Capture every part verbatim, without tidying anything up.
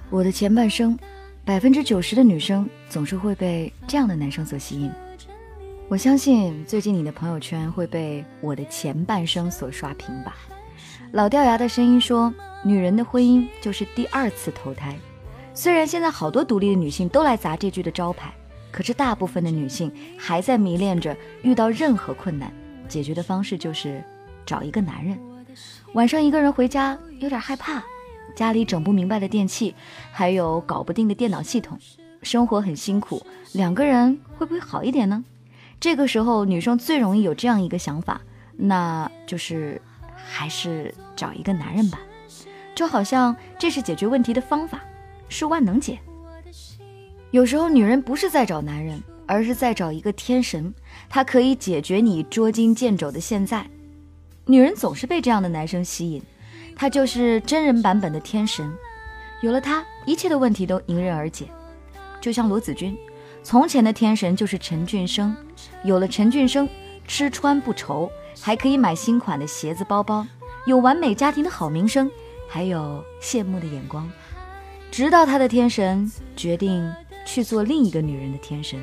我的前半生，百分之九十的女生总是会被这样的男生所吸引。我相信最近你的朋友圈会被我的前半生所刷屏吧。老掉牙的声音说，女人的婚姻就是第二次投胎。虽然现在好多独立的女性都来砸这句的招牌，可是大部分的女性还在迷恋着，遇到任何困难，解决的方式就是找一个男人。晚上一个人回家有点害怕，家里整不明白的电器，还有搞不定的电脑系统，生活很辛苦，两个人会不会好一点呢？这个时候女生最容易有这样一个想法，那就是还是找一个男人吧，就好像这是解决问题的方法，是万能解。有时候女人不是在找男人，而是在找一个天神，他可以解决你捉襟见肘的现在。女人总是被这样的男生吸引，他就是真人版本的天神，有了他，一切的问题都迎刃而解。就像罗子君，从前的天神就是陈俊生，有了陈俊生，吃穿不愁，还可以买新款的鞋子包包，有完美家庭的好名声，还有羡慕的眼光。直到他的天神决定去做另一个女人的天神。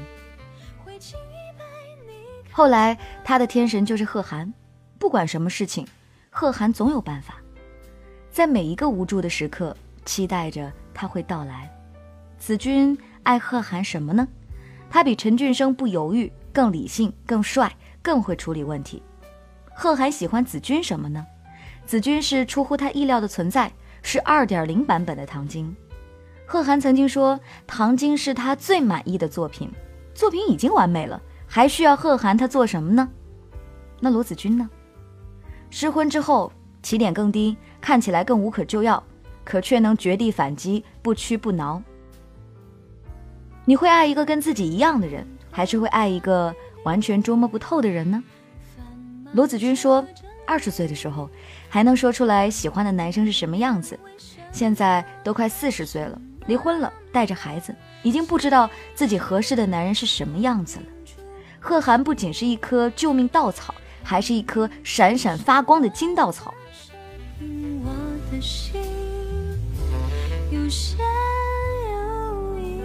后来他的天神就是贺涵，不管什么事情，贺涵总有办法，在每一个无助的时刻，期待着他会到来。子君爱贺涵什么呢？他比陈俊生不犹豫，更理性，更帅，更会处理问题。贺涵喜欢子君什么呢？子君是出乎他意料的存在，是 二点零 版本的唐晶。贺涵曾经说，唐晶是他最满意的作品，作品已经完美了，还需要贺涵他做什么呢？那罗子君呢？失婚之后起点更低，看起来更无可救药，可却能绝地反击，不屈不挠。你会爱一个跟自己一样的人，还是会爱一个完全捉摸不透的人呢？罗子君说，二十岁的时候还能说出来喜欢的男生是什么样子，现在都快四十岁了，离婚了，带着孩子，已经不知道自己合适的男人是什么样子了。贺涵不仅是一颗救命稻草，还是一颗闪闪发光的金稻草。 我的心有些犹豫。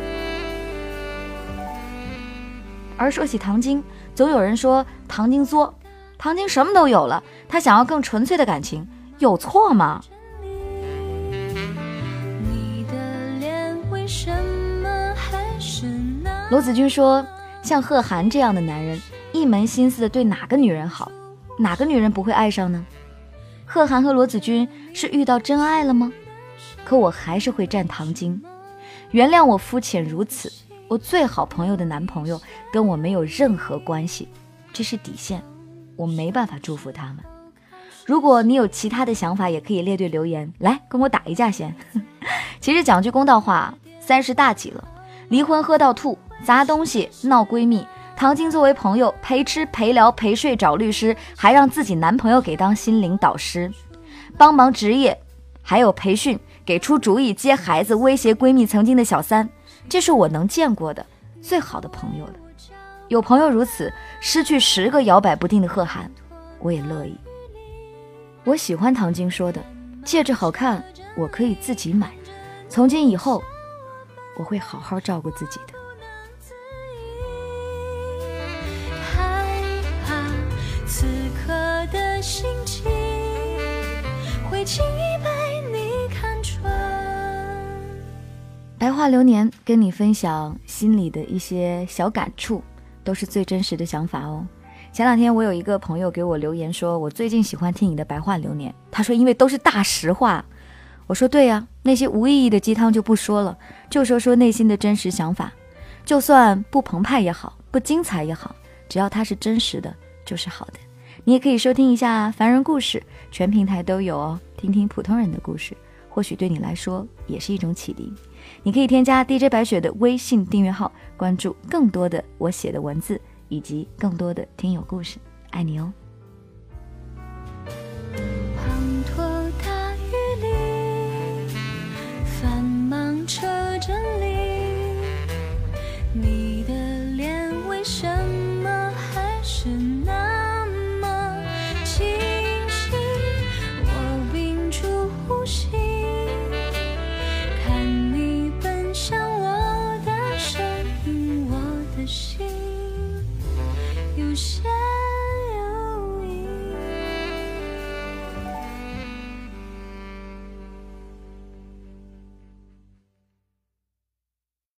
而说起唐晶，总有人说唐晶作，唐晶什么都有了，她想要更纯粹的感情，有错吗？ 你的脸为什么还是那？ 罗子君说，像贺涵这样的男人，一门心思的对哪个女人好，哪个女人不会爱上呢？贺涵和罗子君是遇到真爱了吗？可我还是会站唐晶。原谅我肤浅如此，我最好朋友的男朋友跟我没有任何关系，这是底线，我没办法祝福他们。如果你有其他的想法，也可以列队留言，来跟我打一架先。其实讲句公道话，三十大几了，离婚喝到吐，砸东西，闹闺蜜，唐晶作为朋友陪吃陪聊陪睡找律师，还让自己男朋友给当心灵导师，帮忙职业，还有培训，给出主意，接孩子，威胁闺蜜曾经的小三，这是我能见过的最好的朋友了。有朋友如此，失去十个摇摆不定的贺涵，我也乐意。我喜欢唐晶说的，戒指好看，我可以自己买，从今以后我会好好照顾自己的。 此刻的心情会轻易被你看穿。 白话流年跟你分享心里的一些小感触，都是最真实的想法哦。前两天我有一个朋友给我留言说，我最近喜欢听你的白话流年，他说因为都是大实话。我说对呀，那些无意义的鸡汤就不说了，就说说内心的真实想法，就算不澎湃也好，不精彩也好，只要它是真实的就是好的。你也可以收听一下凡人故事，全平台都有哦，听听普通人的故事，或许对你来说也是一种启迪。你可以添加 D J 白雪的微信订阅号，关注更多的我写的文字以及更多的听友故事。爱你哦。